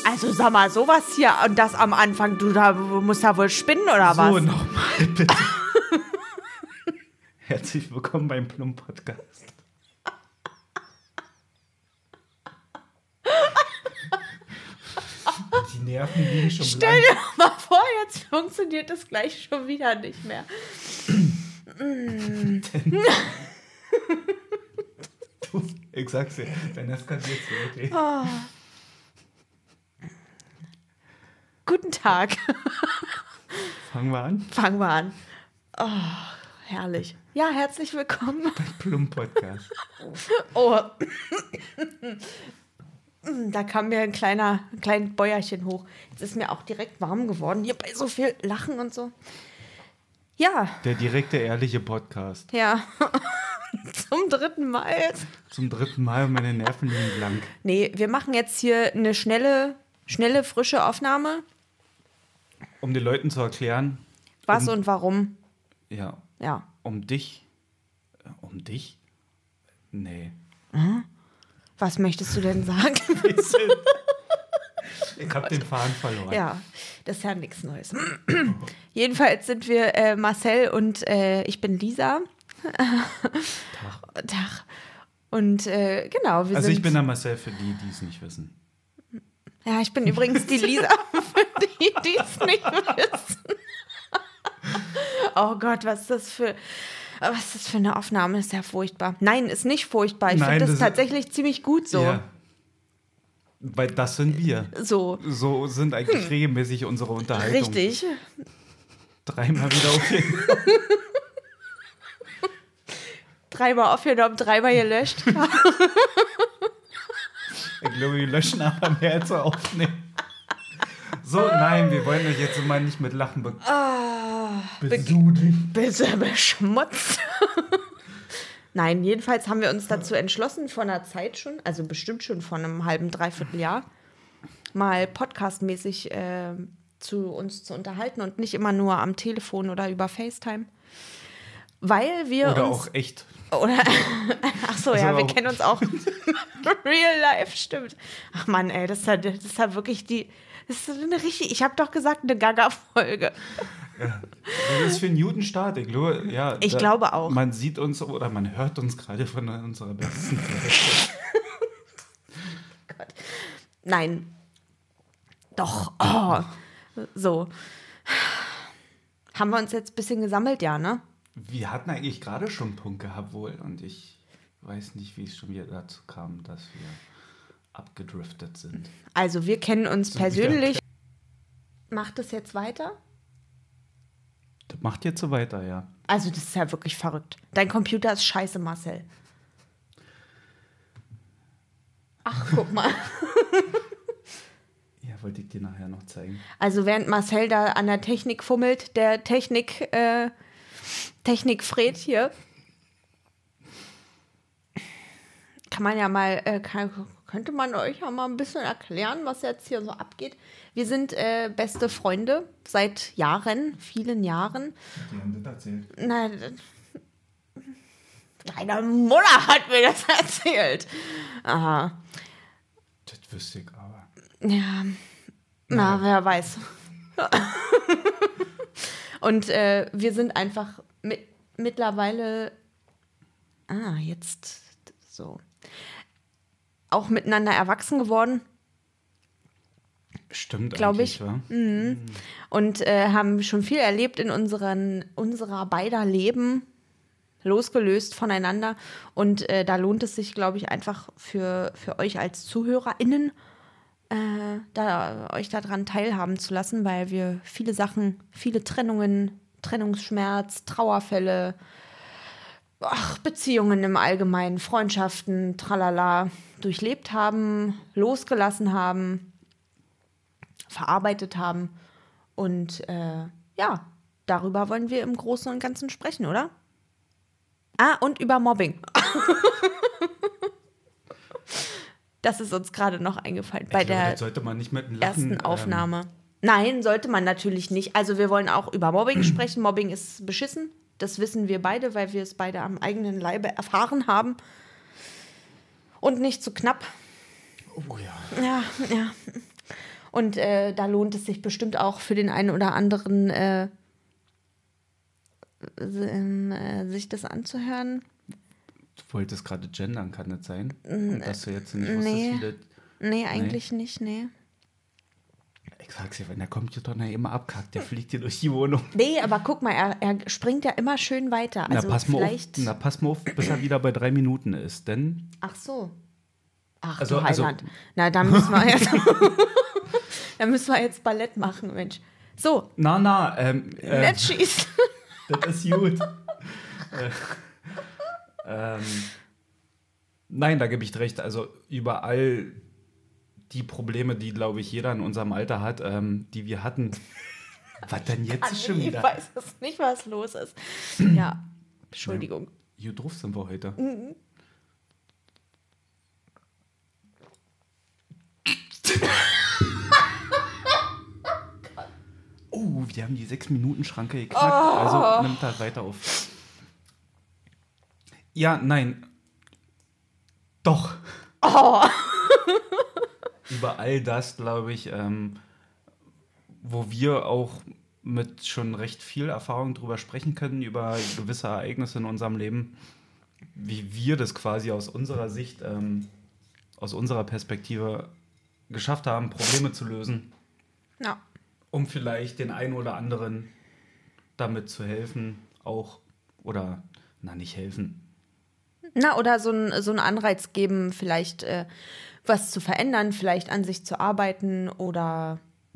Also sag mal, sowas hier und das am Anfang, du musst da wohl spinnen oder was? So, nochmal bitte. Herzlich willkommen beim Plum-Podcast. Die Nerven liegen schon Stell blank. dir doch mal vor, jetzt funktioniert das gleich schon wieder nicht mehr. Du, ich sag's dir, dann eskaliert's wirklich. Oh. Guten Tag. Fangen wir an. Fangen wir an. Oh, herrlich. Ja, herzlich willkommen. Beim Plum-Podcast. Oh. Da kam mir ein kleines Bäuerchen hoch. Jetzt ist mir auch direkt warm geworden. Hier bei so viel Lachen und so. Ja. Der direkte, ehrliche Podcast. Ja. Zum 3. Mal jetzt. Zum 3. Mal und meine Nerven liegen blank. Nee, wir machen jetzt hier eine schnelle, frische Aufnahme. Um den Leuten zu erklären. Was und warum. Ja. Ja. Um dich? Nee. Was möchtest du denn sagen? Ich hab den Faden verloren. Ja, das ist ja nichts Neues. Jedenfalls sind wir Marcel und ich bin Lisa. Tag. Und genau, wir Also sind... ich bin der Marcel für die es nicht wissen. Ja, ich bin übrigens die Lisa für die es nicht wissen. Oh Gott, was ist das für eine Aufnahme? Ist ja furchtbar. Nein, ist nicht furchtbar. Ich finde das tatsächlich ziemlich gut so. Ja. Weil das sind wir. So sind eigentlich regelmäßig unsere Unterhaltung. richtig. 3-mal wieder aufheben. 3-mal aufgenommen, 3-mal gelöscht. Ich glaube, wir löschen aber mehr als wir aufnehmen. So, nein, wir wollen euch jetzt mal nicht mit Lachen besudeln. Bitte beschmutzt. Nein, jedenfalls haben wir uns dazu entschlossen, vor einer Zeit schon, also bestimmt schon vor einem halben, dreiviertel Jahr, mal podcastmäßig zu uns zu unterhalten und nicht immer nur am Telefon oder über FaceTime. Weil wir Oder uns... auch echt. Oder, ach so, Also ja, wir auch- kennen uns auch real life, stimmt. Ach Mann, ey, das ist ja wirklich das ist eine richtig, ich habe doch gesagt, eine Gaga-Folge. Das ist für einen guten Start. Ich glaube, ja, Ich glaube auch. Man sieht uns oder man hört uns gerade von unserer besten Seite. Gott. Nein. Doch. Oh. So. Haben wir uns jetzt ein bisschen gesammelt, ja, ne? Wir hatten eigentlich gerade schon einen Punkt gehabt wohl und ich weiß nicht, wie es schon wieder dazu kam, dass wir abgedriftet sind. Also wir kennen uns Sind persönlich. Macht das jetzt weiter? Das macht jetzt so weiter, ja. Also das ist ja wirklich verrückt. Dein Computer ist scheiße, Marcel. Ach, guck mal. Ja, wollte ich dir nachher noch zeigen. Also während Marcel da an der Technik fummelt, der Technikfred hier, kann man ja mal, könnte man euch ja mal ein bisschen erklären, was jetzt hier so abgeht. Wir sind beste Freunde seit Jahren, vielen Jahren. Die haben das erzählt. Nein, deine Mutter hat mir das erzählt. Aha. Das wüsste ich aber. Ja, na, wer weiß. Und wir sind einfach mittlerweile, jetzt so, auch miteinander erwachsen geworden, Stimmt, glaube eigentlich, ich. wa? Und haben schon viel erlebt in unserer beider Leben, losgelöst voneinander. Und da lohnt es sich, glaube ich, einfach für euch als ZuhörerInnen, euch daran teilhaben zu lassen, weil wir viele Sachen, viele Trennungen, Trennungsschmerz, Trauerfälle, Beziehungen im Allgemeinen, Freundschaften, tralala, durchlebt haben, losgelassen haben, verarbeitet haben. Und ja, darüber wollen wir im Großen und Ganzen sprechen, oder? Und über Mobbing. Das ist uns gerade noch eingefallen bei der das sollte man nicht mit einem ersten Lachen, Aufnahme. Nein, sollte man natürlich nicht. Also wir wollen auch über Mobbing sprechen. Mobbing ist beschissen. Das wissen wir beide, weil wir es beide am eigenen Leibe erfahren haben. Und nicht zu knapp. Oh ja. Ja. Und da lohnt es sich bestimmt auch für den einen oder anderen, sich das anzuhören. Du wolltest gerade gendern, kann das sein? Und dass du jetzt nicht wusstest, wie das... Nee, eigentlich nicht, nee. Ich sag's dir, wenn der Computer nachher immer abkackt, der fliegt dir durch die Wohnung. Nee, aber guck mal, er springt ja immer schön weiter. Also pass mal auf, bis er wieder bei 3 Minuten ist, denn... Ach so. Ach Also- du Heiland. Na, dann müssen wir jetzt... dann müssen wir jetzt Ballett machen, Mensch. So, nicht schießen. das ist gut. Nein, da gebe ich dir recht. Also überall die Probleme, die, glaube ich, jeder in unserem Alter hat, die wir hatten. Was denn jetzt schon wieder? Ich weiß es nicht, was los ist. Ja, Entschuldigung. Wie drauf sind wir heute? Oh, wir haben die 6-Minuten-Schranke geknackt. Also nimmt da weiter auf. Ja, nein. Doch. Über all das, glaube ich, wo wir auch mit schon recht viel Erfahrung drüber sprechen können, über gewisse Ereignisse in unserem Leben, wie wir das quasi aus unserer Sicht, aus unserer Perspektive geschafft haben, Probleme zu lösen, Ja. um vielleicht den einen oder anderen damit zu helfen, auch, oder, nicht helfen. Na, oder so ein Anreiz geben, vielleicht was zu verändern, vielleicht an sich zu arbeiten oder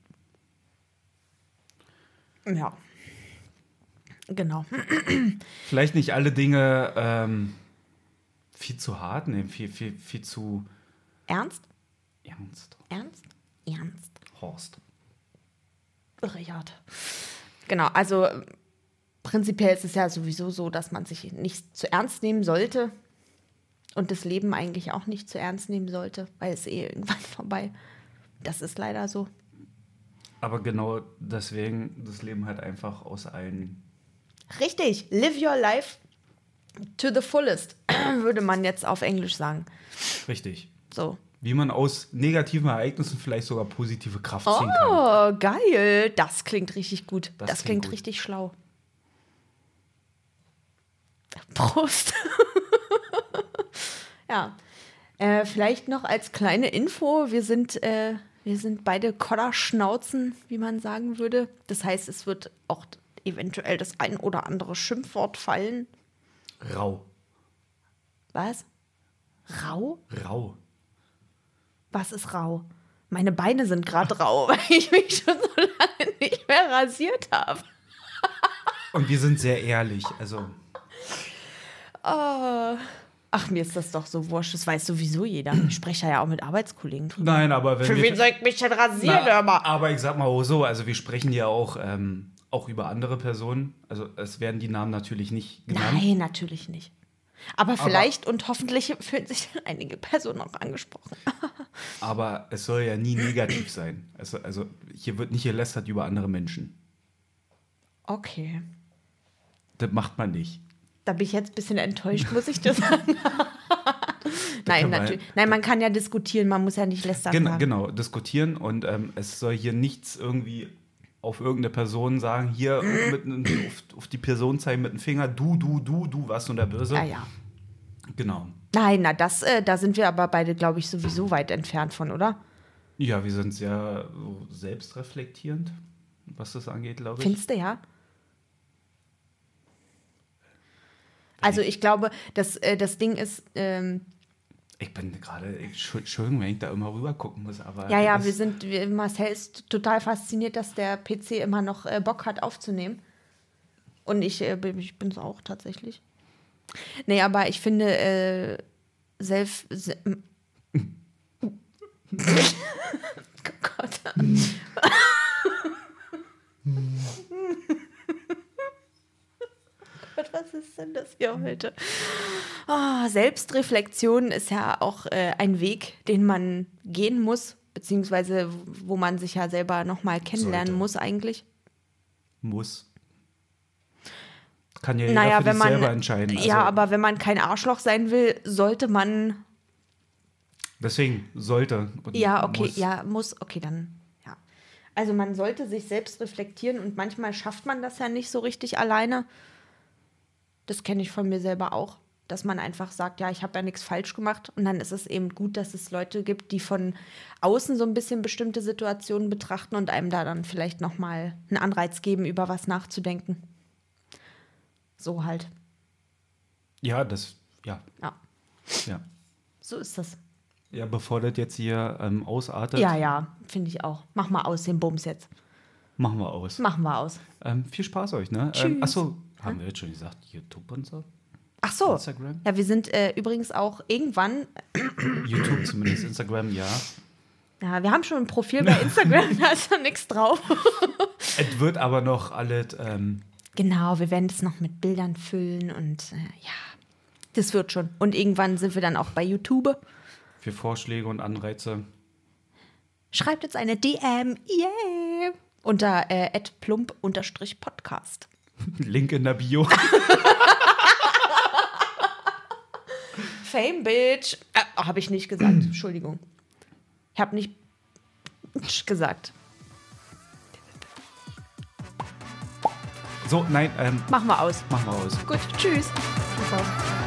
ja. Genau. Vielleicht nicht alle Dinge viel zu hart, viel zu Ernst? ernst. Ernst? Ernst. Horst. Richard. Genau, also prinzipiell ist es ja sowieso so, dass man sich nicht zu ernst nehmen sollte und das Leben eigentlich auch nicht zu ernst nehmen sollte, weil es irgendwann vorbei. Das ist leider so. Aber genau deswegen das Leben halt einfach aus allen... Richtig, live your life to the fullest, würde man jetzt auf Englisch sagen. Richtig. So. Wie man aus negativen Ereignissen vielleicht sogar positive Kraft ziehen kann. Oh, geil. Das klingt richtig gut. Das klingt gut. richtig schlau. Prost. Ja. Vielleicht noch als kleine Info, wir sind beide Kodderschnauzen, wie man sagen würde. Das heißt, es wird auch eventuell das ein oder andere Schimpfwort fallen. Rau. Was? Rau? Rau. Was ist rau? Meine Beine sind gerade rau, weil ich mich schon so lange nicht mehr rasiert habe. Und wir sind sehr ehrlich, also... Ach, mir ist das doch so wurscht. Das weiß sowieso jeder. Ich spreche ja auch mit Arbeitskollegen drüber. Nein, aber wenn Für wen soll ich mich denn rasieren, hör mal? Aber ich sag mal auch so, also wir sprechen ja auch über andere Personen. Also es werden die Namen natürlich nicht genannt. Nein, natürlich nicht. Aber vielleicht und hoffentlich fühlen sich einige Personen auch angesprochen. Aber es soll ja nie negativ sein. Also hier wird nicht gelästert über andere Menschen. Okay. Das macht man nicht. Da bin ich jetzt ein bisschen enttäuscht, muss ich dir sagen. Nein, natürlich. Nein, man kann ja diskutieren, man muss ja nicht lästern sagen. Genau, diskutieren und es soll hier nichts irgendwie auf irgendeine Person sagen, hier auf die Person zeigen mit dem Finger, du warst nur der Böse. Ja. Genau. Nein, da sind wir aber beide, glaube ich, sowieso weit entfernt von, oder? Ja, wir sind sehr so selbstreflektierend, was das angeht, glaube ich. Findest du, ja? Also ich glaube, das Ding ist... Ich bin gerade, Entschuldigung, wenn ich da immer rüber gucken muss, aber... Ja, Marcel ist total fasziniert, dass der PC immer noch Bock hat aufzunehmen. Und ich bin es auch tatsächlich. Nee, aber ich finde, oh Gott. Was ist denn das hier heute? Oh, Selbstreflexion ist ja auch ein Weg, den man gehen muss, beziehungsweise wo man sich ja selber nochmal kennenlernen muss eigentlich. Muss. Kann ja jeder für sich selber entscheiden. Also, ja, aber wenn man kein Arschloch sein will, sollte man... Deswegen sollte. Und ja, okay, muss. ja, muss, okay, dann, Also man sollte sich selbst reflektieren und manchmal schafft man das ja nicht so richtig alleine. Das kenne ich von mir selber auch, dass man einfach sagt, ja, ich habe ja nichts falsch gemacht. Und dann ist es eben gut, dass es Leute gibt, die von außen so ein bisschen bestimmte Situationen betrachten und einem da dann vielleicht nochmal einen Anreiz geben, über was nachzudenken. So halt. Ja, Ja, ja. so ist das. Ja, bevor das jetzt hier ausartet, Ja, finde ich auch. Mach mal aus den Bums jetzt. machen wir aus. Machen wir aus. Viel Spaß euch, ne? Tschüss. Achso, haben wir jetzt schon gesagt, YouTube und so? Ach so. Instagram? Ja, wir sind übrigens auch irgendwann, YouTube zumindest, Instagram, ja. ja, wir haben schon ein Profil bei Instagram, da ist noch nichts drauf. Es wird aber noch alles, Genau, wir werden das noch mit Bildern füllen und ja, das wird schon. Und irgendwann sind wir dann auch bei YouTube. für Vorschläge und Anreize. Schreibt jetzt eine DM, yay, unter @plump_podcast. Link in der Bio. Fame, Bitch. Habe ich nicht gesagt, Entschuldigung. Ich habe nicht gesagt. So, nein, Machen wir aus. machen wir aus. Gut, tschüss. Tschüss.